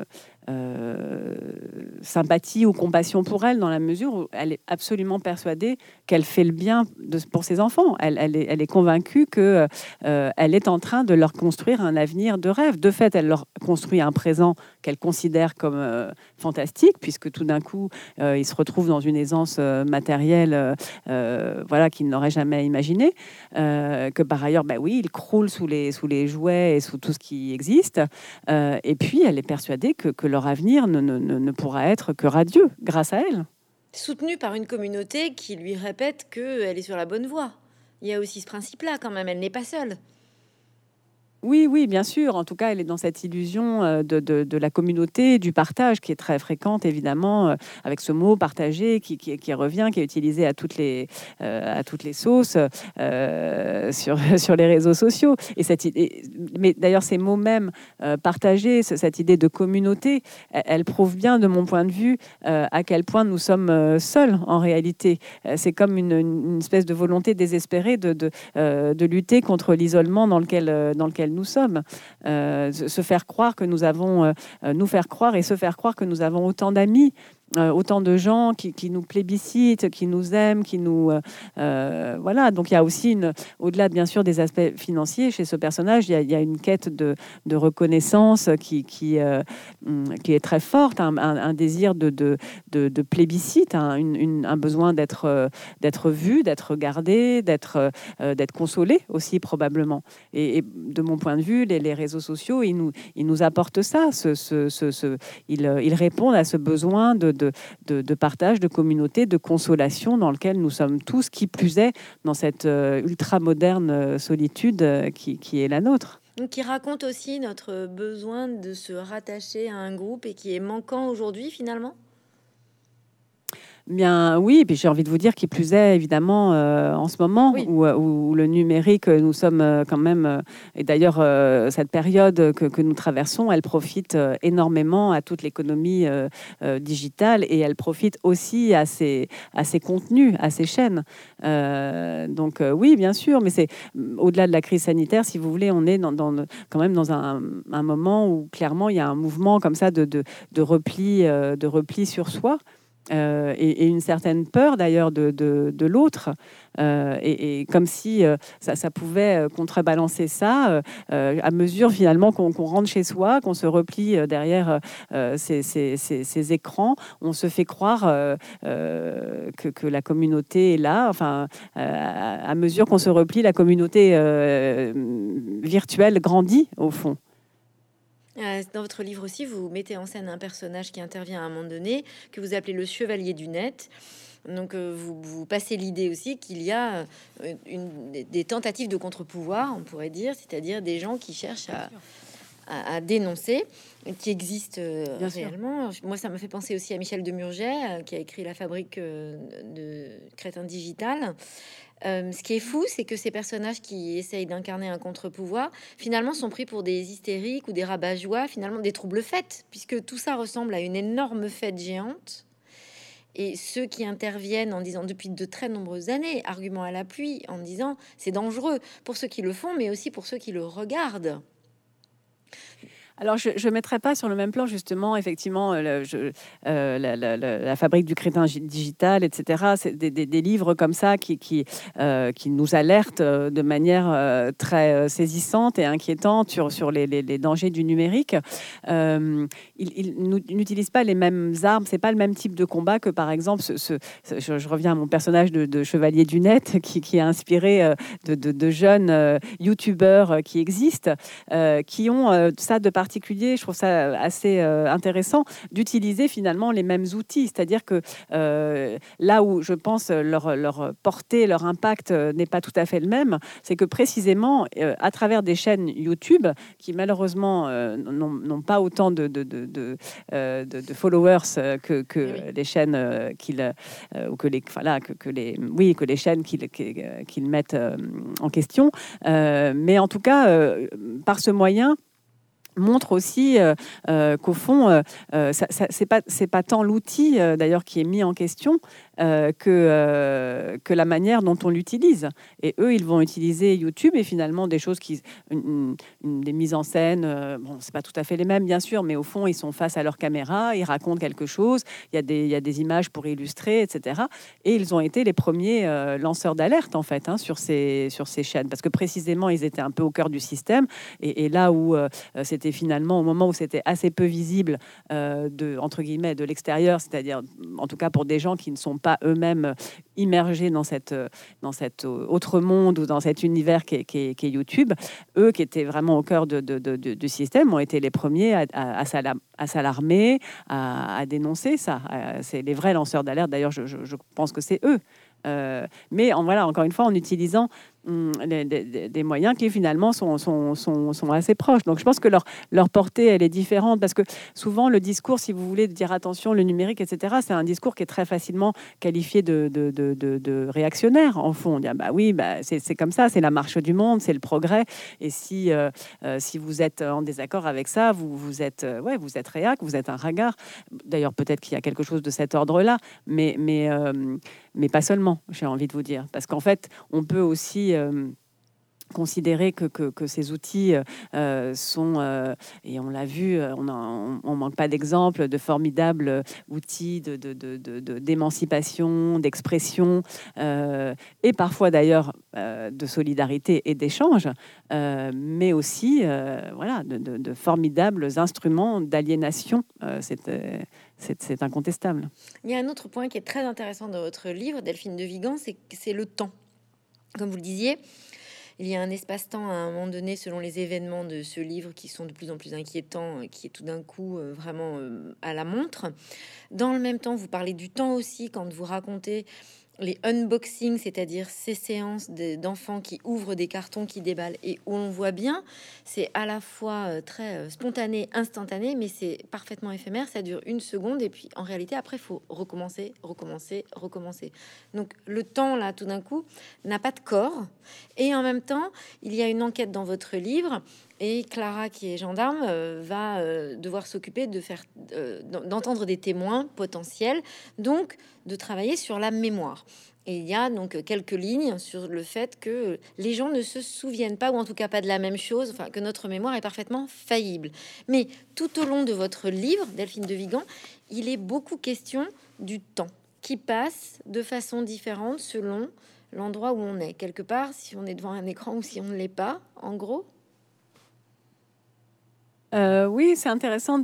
sympathie ou compassion pour elle, dans la mesure où elle est absolument persuadée qu'elle fait le bien pour ses enfants. Elle est convaincue que elle est en train de leur construire un avenir de rêve. De fait, elle leur construit un présent qu'elle considère comme fantastique, puisque tout d'un coup, ils se retrouvent dans une aisance matérielle voilà, qu'ils n'auraient jamais imaginé. Que par ailleurs, bah oui, ils croulent sous les jouets et sous tout ce qui existe. Et puis, elle est persuadée que leur avenir ne pourra être que radieux grâce à elle. Soutenue par une communauté qui lui répète qu'elle est sur la bonne voie. Il y a aussi ce principe-là quand même, elle n'est pas seule. Oui, oui, bien sûr. En tout cas, elle est dans cette illusion de la communauté, du partage, qui est très fréquente, évidemment, avec ce mot partagé qui revient, qui est utilisé à toutes les sauces sur les réseaux sociaux. Mais d'ailleurs, ces mots même partagés, cette idée de communauté, elle prouve bien, de mon point de vue, à quel point nous sommes seuls, en réalité. C'est comme une espèce de volonté désespérée de lutter contre l'isolement dans lequel nous sommes, se faire croire que nous avons, nous faire croire et se faire croire que nous avons autant d'amis, autant de gens qui nous plébiscitent, qui nous aiment, qui nous... voilà, donc il y a aussi, au-delà bien sûr des aspects financiers, chez ce personnage, il y a une quête de reconnaissance qui est très forte, un désir de plébiscite, un besoin d'être vu, d'être regardé, d'être consolé aussi probablement. Et de mon point de vue, les réseaux sociaux, ils nous apportent ça, ils répondent à ce besoin de partage, de communauté, de consolation dans lequel nous sommes tous, qui plus est, dans cette ultra-moderne solitude qui est la nôtre. Donc, qui raconte aussi notre besoin de se rattacher à un groupe et qui est manquant aujourd'hui finalement. Bien oui, et puis j'ai envie de vous dire, qui plus est, évidemment, en ce moment, Oui. où le numérique, nous sommes quand même... et d'ailleurs, cette période que nous traversons, elle profite énormément à toute l'économie digitale, et elle profite aussi à ces contenus, à ces chaînes. Donc oui, bien sûr, mais c'est au-delà de la crise sanitaire, si vous voulez, on est quand même dans un moment où clairement il y a un mouvement comme ça de repli sur soi. Et une certaine peur d'ailleurs de l'autre, et comme si ça pouvait contrebalancer ça à mesure finalement qu'on rentre chez soi, qu'on se replie derrière ces écrans, on se fait croire que la communauté est là. Enfin, à mesure qu'on se replie, la communauté virtuelle grandit au fond. Dans votre livre aussi, vous mettez en scène un personnage qui intervient à un moment donné, que vous appelez le chevalier du net. Donc, vous passez l'idée aussi qu'il y a des tentatives de contre-pouvoir, on pourrait dire, c'est-à-dire des gens qui cherchent à dénoncer, qui existent réellement. Moi, ça me fait penser aussi à Michel Demurger, qui a écrit La fabrique de Crétin Digital. Ce qui est fou, c'est que ces personnages qui essayent d'incarner un contre-pouvoir, finalement, sont pris pour des hystériques ou des rabat-joie, finalement des troubles-fêtes, puisque tout ça ressemble à une énorme fête géante. Et ceux qui interviennent en disant depuis de très nombreuses années, argument à la pluie, en disant c'est dangereux pour ceux qui le font, mais aussi pour ceux qui le regardent. Alors, je ne mettrais pas sur le même plan, justement, effectivement, la fabrique du crétin digital, etc. C'est des livres comme ça qui nous alertent de manière très saisissante et inquiétante sur les dangers du numérique. Ils n'utilisent pas les mêmes armes, c'est pas le même type de combat que, par exemple, je reviens à mon personnage de chevalier du net qui est inspiré de jeunes youtubeurs qui existent, qui ont ça de particulier, je trouve ça assez intéressant d'utiliser finalement les mêmes outils. C'est-à-dire que là où je pense leur portée, leur impact n'est pas tout à fait le même, c'est que précisément à travers des chaînes YouTube qui malheureusement n'ont pas autant de followers que les chaînes ou que les voilà que les chaînes qu'ils mettent en question, mais en tout cas par ce moyen montre aussi qu'au fond, c'est pas tant l'outil d'ailleurs qui est mis en question que la manière dont on l'utilise. Et eux, ils vont utiliser YouTube et finalement des choses des mises en scène, bon, c'est pas tout à fait les mêmes bien sûr, mais au fond, ils sont face à leur caméra, ils racontent quelque chose, il y a des images pour illustrer, etc. Et ils ont été les premiers lanceurs d'alerte en fait sur ces chaînes, parce que précisément, ils étaient un peu au cœur du système. Et là où c'était finalement au moment où c'était assez peu visible entre guillemets de l'extérieur, c'est-à-dire en tout cas pour des gens qui ne sont pas eux-mêmes immergés dans cet autre monde ou dans cet univers qui est YouTube, eux qui étaient vraiment au cœur du système ont été les premiers à s'alarmer, à dénoncer ça. C'est les vrais lanceurs d'alerte. D'ailleurs, je pense que c'est eux. Mais encore une fois, en utilisant des moyens qui finalement sont assez proches. Donc je pense que leur portée, elle est différente, parce que souvent le discours, si vous voulez, de dire attention, le numérique, etc., c'est un discours qui est très facilement qualifié de réactionnaire, en fond. On dit, c'est comme ça, c'est la marche du monde, c'est le progrès, et si vous êtes en désaccord avec ça, vous êtes réac, vous êtes un ringard. D'ailleurs, peut-être qu'il y a quelque chose de cet ordre-là, mais pas seulement, j'ai envie de vous dire. Parce qu'en fait, on peut aussi considérer que ces outils sont, et on l'a vu, on manque pas d'exemples de formidables outils d'émancipation, d'expression, et parfois d'ailleurs de solidarité et d'échange, mais aussi de formidables instruments d'aliénation. C'est incontestable. Il y a un autre point qui est très intéressant dans votre livre, Delphine de Vigan, c'est le temps. Comme vous le disiez, il y a un espace-temps à un moment donné, selon les événements de ce livre qui sont de plus en plus inquiétants, qui est tout d'un coup vraiment à la montre. Dans le même temps, vous parlez du temps aussi quand vous racontez les unboxings, c'est-à-dire ces séances d'enfants qui ouvrent des cartons, qui déballent, et où on voit bien, c'est à la fois très spontané, instantané, mais c'est parfaitement éphémère, ça dure une seconde, et puis en réalité, après, il faut recommencer. Donc le temps, là, tout d'un coup, n'a pas de corps, et en même temps, il y a une enquête dans votre livre, et Clara, qui est gendarme, va devoir s'occuper d'entendre des témoins potentiels, donc de travailler sur la mémoire. Et il y a donc quelques lignes sur le fait que les gens ne se souviennent pas, ou en tout cas pas de la même chose, enfin que notre mémoire est parfaitement faillible. Mais tout au long de votre livre, Delphine de Vigan, il est beaucoup question du temps qui passe de façon différente selon l'endroit où on est. Quelque part, si on est devant un écran ou si on ne l'est pas, en gros. Oui, c'est intéressant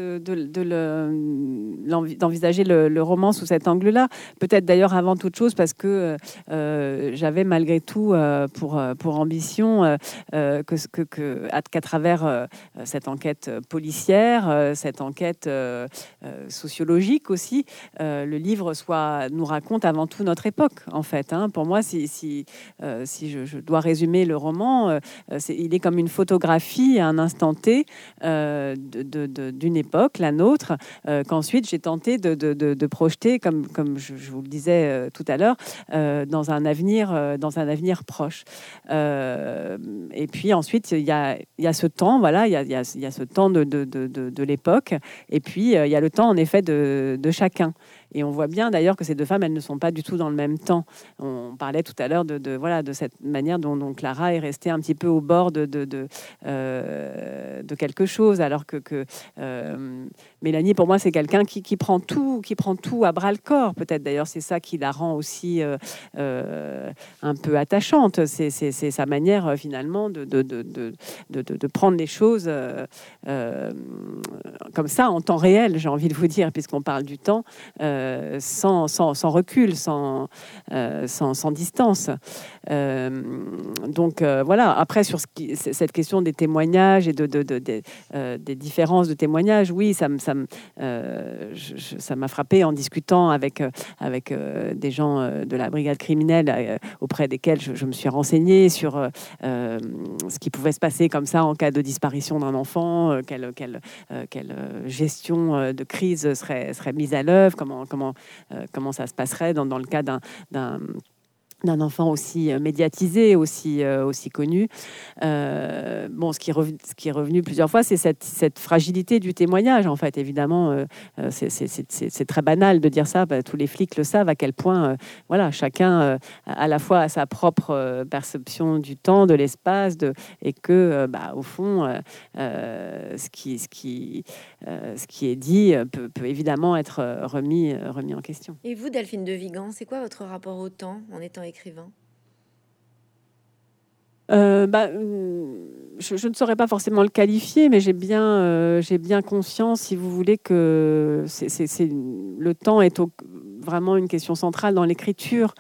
d'envisager le roman sous cet angle-là. Peut-être d'ailleurs avant toute chose parce que j'avais malgré tout pour ambition qu'à travers cette enquête policière, cette enquête sociologique aussi, le livre nous raconte avant tout notre époque, en fait. Pour moi, si je dois résumer le roman, il est comme une photographie à un instant T d'une époque, la nôtre, qu'ensuite j'ai tenté de projeter, comme je vous le disais tout à l'heure, dans un avenir proche. Et puis ensuite, il y a ce temps, voilà, il y a ce temps de l'époque, et puis il y a le temps, en effet, de chacun. Et on voit bien d'ailleurs que ces deux femmes, elles ne sont pas du tout dans le même temps. On parlait tout à l'heure de cette manière dont Clara est restée un petit peu au bord de quelque chose, alors que Mélanie, pour moi, c'est quelqu'un qui prend tout à bras le corps. Peut-être d'ailleurs, c'est ça qui la rend aussi un peu attachante. C'est sa manière finalement de prendre les choses comme ça en temps réel. J'ai envie de vous dire, puisqu'on parle du temps. sans recul, sans distance. Donc voilà. Après, sur cette question des témoignages et des différences de témoignages, oui, ça m'a frappé en discutant avec des gens de la brigade criminelle auprès desquels je me suis renseignée sur ce qui pouvait se passer comme ça en cas de disparition d'un enfant, quelle gestion de crise serait mise à l'œuvre, comment ça se passerait dans le cas d'un enfant aussi médiatisé, aussi connu. Bon, ce qui est revenu plusieurs fois, c'est cette fragilité du témoignage. En fait, évidemment, c'est très banal de dire ça. Tous les flics le savent à quel point, voilà, chacun à la fois a sa propre perception du temps, de l'espace, et que, au fond, ce qui est dit peut évidemment être remis en question. Et vous, Delphine de Vigan, c'est quoi votre rapport au temps en étant écrivain? Je ne saurais pas forcément le qualifier, mais j'ai bien conscience, si vous voulez, que le temps est vraiment une question centrale dans l'écriture.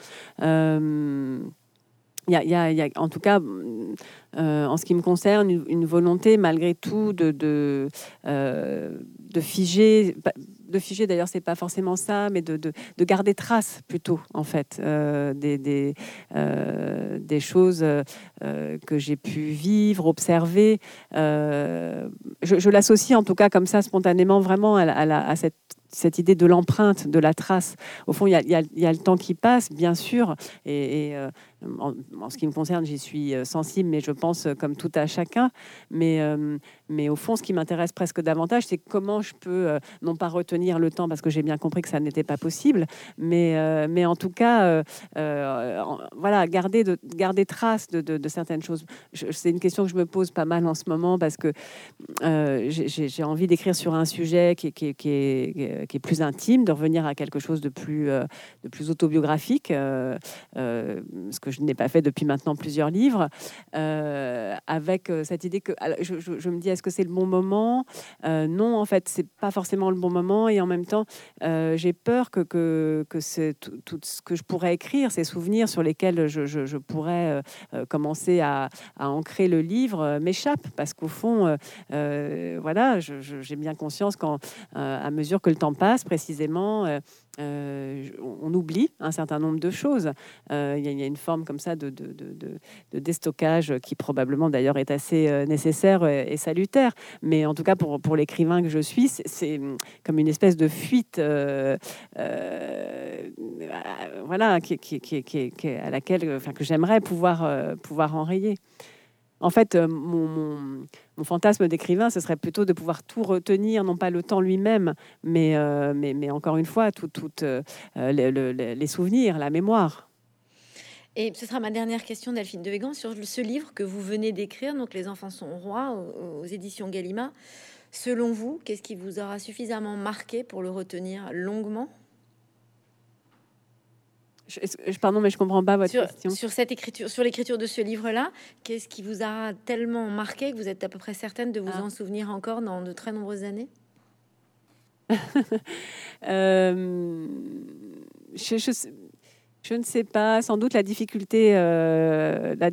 Il y a, en tout cas, en ce qui me concerne, une volonté malgré tout de figer. De figer, d'ailleurs, c'est pas forcément ça, mais de garder trace plutôt, en fait, des choses que j'ai pu vivre, observer. Je l'associe, en tout cas, comme ça, spontanément, vraiment à cette idée de l'empreinte, de la trace. Au fond, il y a le temps qui passe, bien sûr, et en ce qui me concerne, j'y suis sensible, mais je pense comme tout à chacun. Mais au fond, ce qui m'intéresse presque davantage, c'est comment je peux, non pas retenir le temps, parce que j'ai bien compris que ça n'était pas possible, mais en tout cas, voilà, garder trace de certaines choses. C'est une question que je me pose pas mal en ce moment, parce que j'ai envie d'écrire sur un sujet qui est plus intime, de revenir à quelque chose de plus autobiographique, ce que je n'ai pas fait depuis maintenant plusieurs livres, avec cette idée que je me dis, est-ce que c'est le bon moment? Non, en fait, c'est pas forcément le bon moment, et en même temps, j'ai peur que c'est tout ce que je pourrais écrire, ces souvenirs sur lesquels je pourrais commencer à ancrer le livre, m'échappe, parce qu'au fond, voilà, j'ai bien conscience à mesure que le temps passe, précisément, on oublie un certain nombre de choses. Il y a une forme comme ça de déstockage qui probablement d'ailleurs est assez nécessaire et salutaire. Mais en tout cas, pour l'écrivain que je suis, c'est comme une espèce de fuite, voilà, à laquelle, enfin, que j'aimerais pouvoir enrayer. En fait, mon fantasme d'écrivain, ce serait plutôt de pouvoir tout retenir, non pas le temps lui-même, mais encore une fois, les souvenirs, la mémoire. Et ce sera ma dernière question, Delphine de Vigan, sur ce livre que vous venez d'écrire, donc Les enfants sont rois, aux éditions Gallimard. Selon vous, qu'est-ce qui vous aura suffisamment marqué pour le retenir longuement? Pardon, mais je comprends pas votre question. Sur cette écriture, sur l'écriture de ce livre-là, qu'est-ce qui vous a tellement marqué que vous êtes à peu près certaine de vous en souvenir encore dans de très nombreuses années? Je ne sais pas, sans doute la difficulté à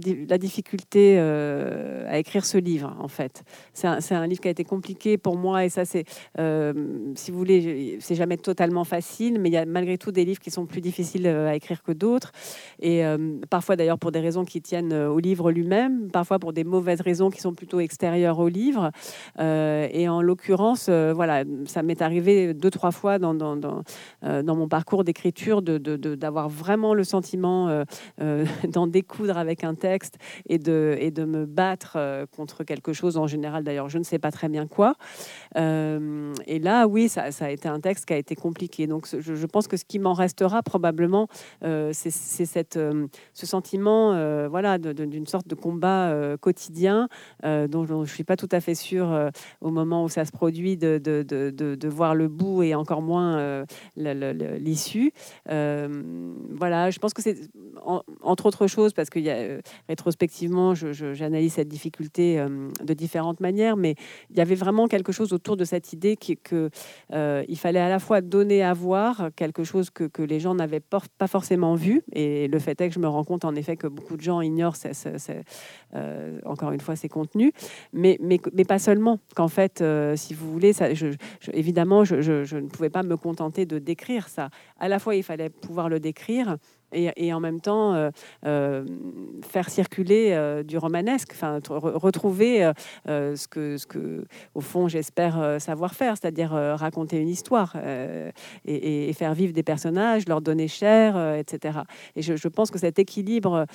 écrire ce livre, en fait. C'est un livre qui a été compliqué pour moi, et ça, c'est, si vous voulez, c'est jamais totalement facile, mais il y a malgré tout des livres qui sont plus difficiles à écrire que d'autres, et parfois d'ailleurs pour des raisons qui tiennent au livre lui-même, parfois pour des mauvaises raisons qui sont plutôt extérieures au livre, et en l'occurrence, voilà, ça m'est arrivé 2-3 fois dans mon parcours d'écriture d'avoir vraiment le sentiment d'en découdre avec un texte et de me battre contre quelque chose, en général d'ailleurs je ne sais pas très bien quoi, et là oui, ça a été un texte qui a été compliqué, donc je pense que ce qui m'en restera probablement, c'est ce sentiment, voilà, d'une sorte de combat quotidien, dont je ne suis pas tout à fait sûre au moment où ça se produit de voir le bout, et encore moins l'issue. Voilà, voilà, je pense que c'est entre autres choses, parce qu'il y a rétrospectivement, j'analyse cette difficulté de différentes manières, mais il y avait vraiment quelque chose autour de cette idée que il fallait à la fois donner à voir quelque chose que les gens n'avaient pas forcément vu, et le fait est que je me rends compte en effet que beaucoup de gens ignorent encore une fois ces contenus, mais pas seulement, qu'en fait, si vous voulez, ça, évidemment, je ne pouvais pas me contenter de décrire ça. À la fois, il fallait pouvoir le décrire, et en même temps faire circuler du romanesque, enfin retrouver ce que au fond j'espère savoir faire, c'est-à-dire raconter une histoire et faire vivre des personnages, leur donner chair, etc. Et je pense que cet équilibre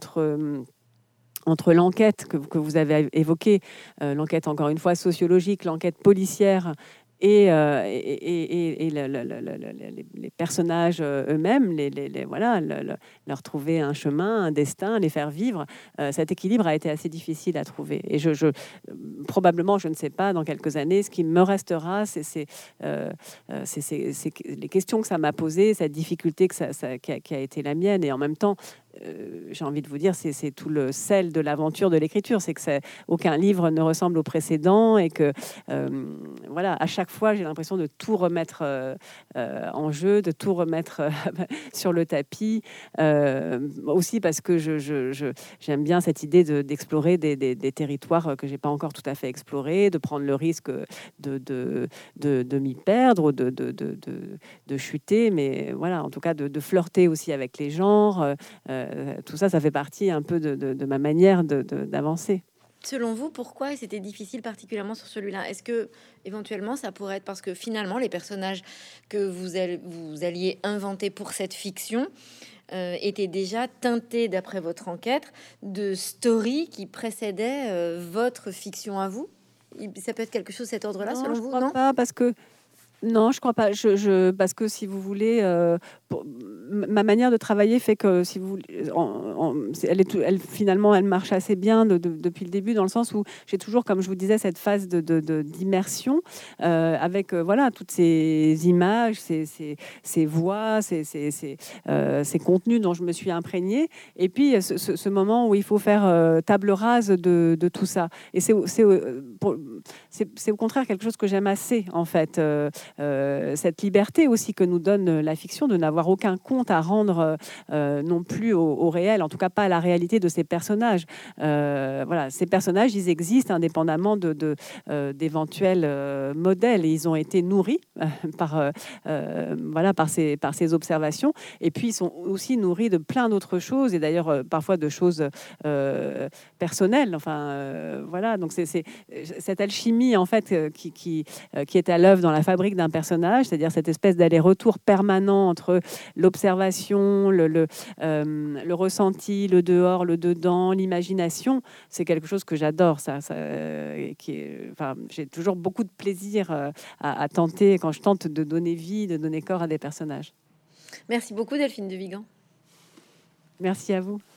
entre l'enquête que vous avez évoquée, l'enquête encore une fois sociologique, l'enquête policière, et les personnages eux-mêmes, voilà, leur trouver un chemin, un destin, les faire vivre. Cet équilibre a été assez difficile à trouver. Et probablement, je ne sais pas, dans quelques années, ce qui me restera, c'est les questions que ça m'a posées, cette difficulté qui a été la mienne. Et en même temps, j'ai envie de vous dire, c'est tout le sel de l'aventure de l'écriture, c'est que aucun livre ne ressemble au précédent, et que voilà, à chaque fois j'ai l'impression de tout remettre en jeu, de tout remettre sur le tapis, aussi parce que j'aime bien cette idée d'explorer des territoires que j'ai pas encore tout à fait explorés, de prendre le risque de m'y perdre, de chuter, mais voilà, en tout cas de flirter aussi avec les genres. Tout ça, ça fait partie un peu de ma manière d'avancer. Selon vous, pourquoi c'était difficile particulièrement sur celui-là? Est-ce que éventuellement ça pourrait être parce que finalement les personnages que vous alliez inventer pour cette fiction étaient déjà teintés, d'après votre enquête, de story qui précédaient votre fiction à vous? Ça peut être quelque chose de cet ordre-là, selon Je vous? crois Non, pas, parce que non, je crois pas. Parce que si vous voulez, ma manière de travailler fait que, si vous voulez, finalement, elle marche assez bien depuis le début, dans le sens où j'ai toujours, comme je vous disais, cette phase d'immersion avec voilà, toutes ces images, ces voix, ces contenus dont je me suis imprégnée. Et puis, ce moment où il faut faire table rase de tout ça. Et c'est au contraire quelque chose que j'aime assez, en fait. Cette liberté aussi que nous donne la fiction, de n'avoir aucun compte à rendre non plus au réel, en tout cas pas à la réalité de ces personnages. Voilà, ces personnages, ils existent indépendamment d'éventuels modèles, et ils ont été nourris voilà, par ces observations, et puis ils sont aussi nourris de plein d'autres choses, et d'ailleurs parfois de choses personnelles. Enfin, voilà, donc c'est cette alchimie, en fait, qui est à l'œuvre dans la fabrique d'un personnage, c'est-à-dire cette espèce d'aller-retour permanent entre l'observation, le ressenti, le dehors, le dedans, l'imagination. C'est quelque chose que j'adore, enfin, j'ai toujours beaucoup de plaisir à tenter, quand je tente de donner vie, de donner corps à des personnages. Merci beaucoup, Delphine de Vigan. Merci à vous.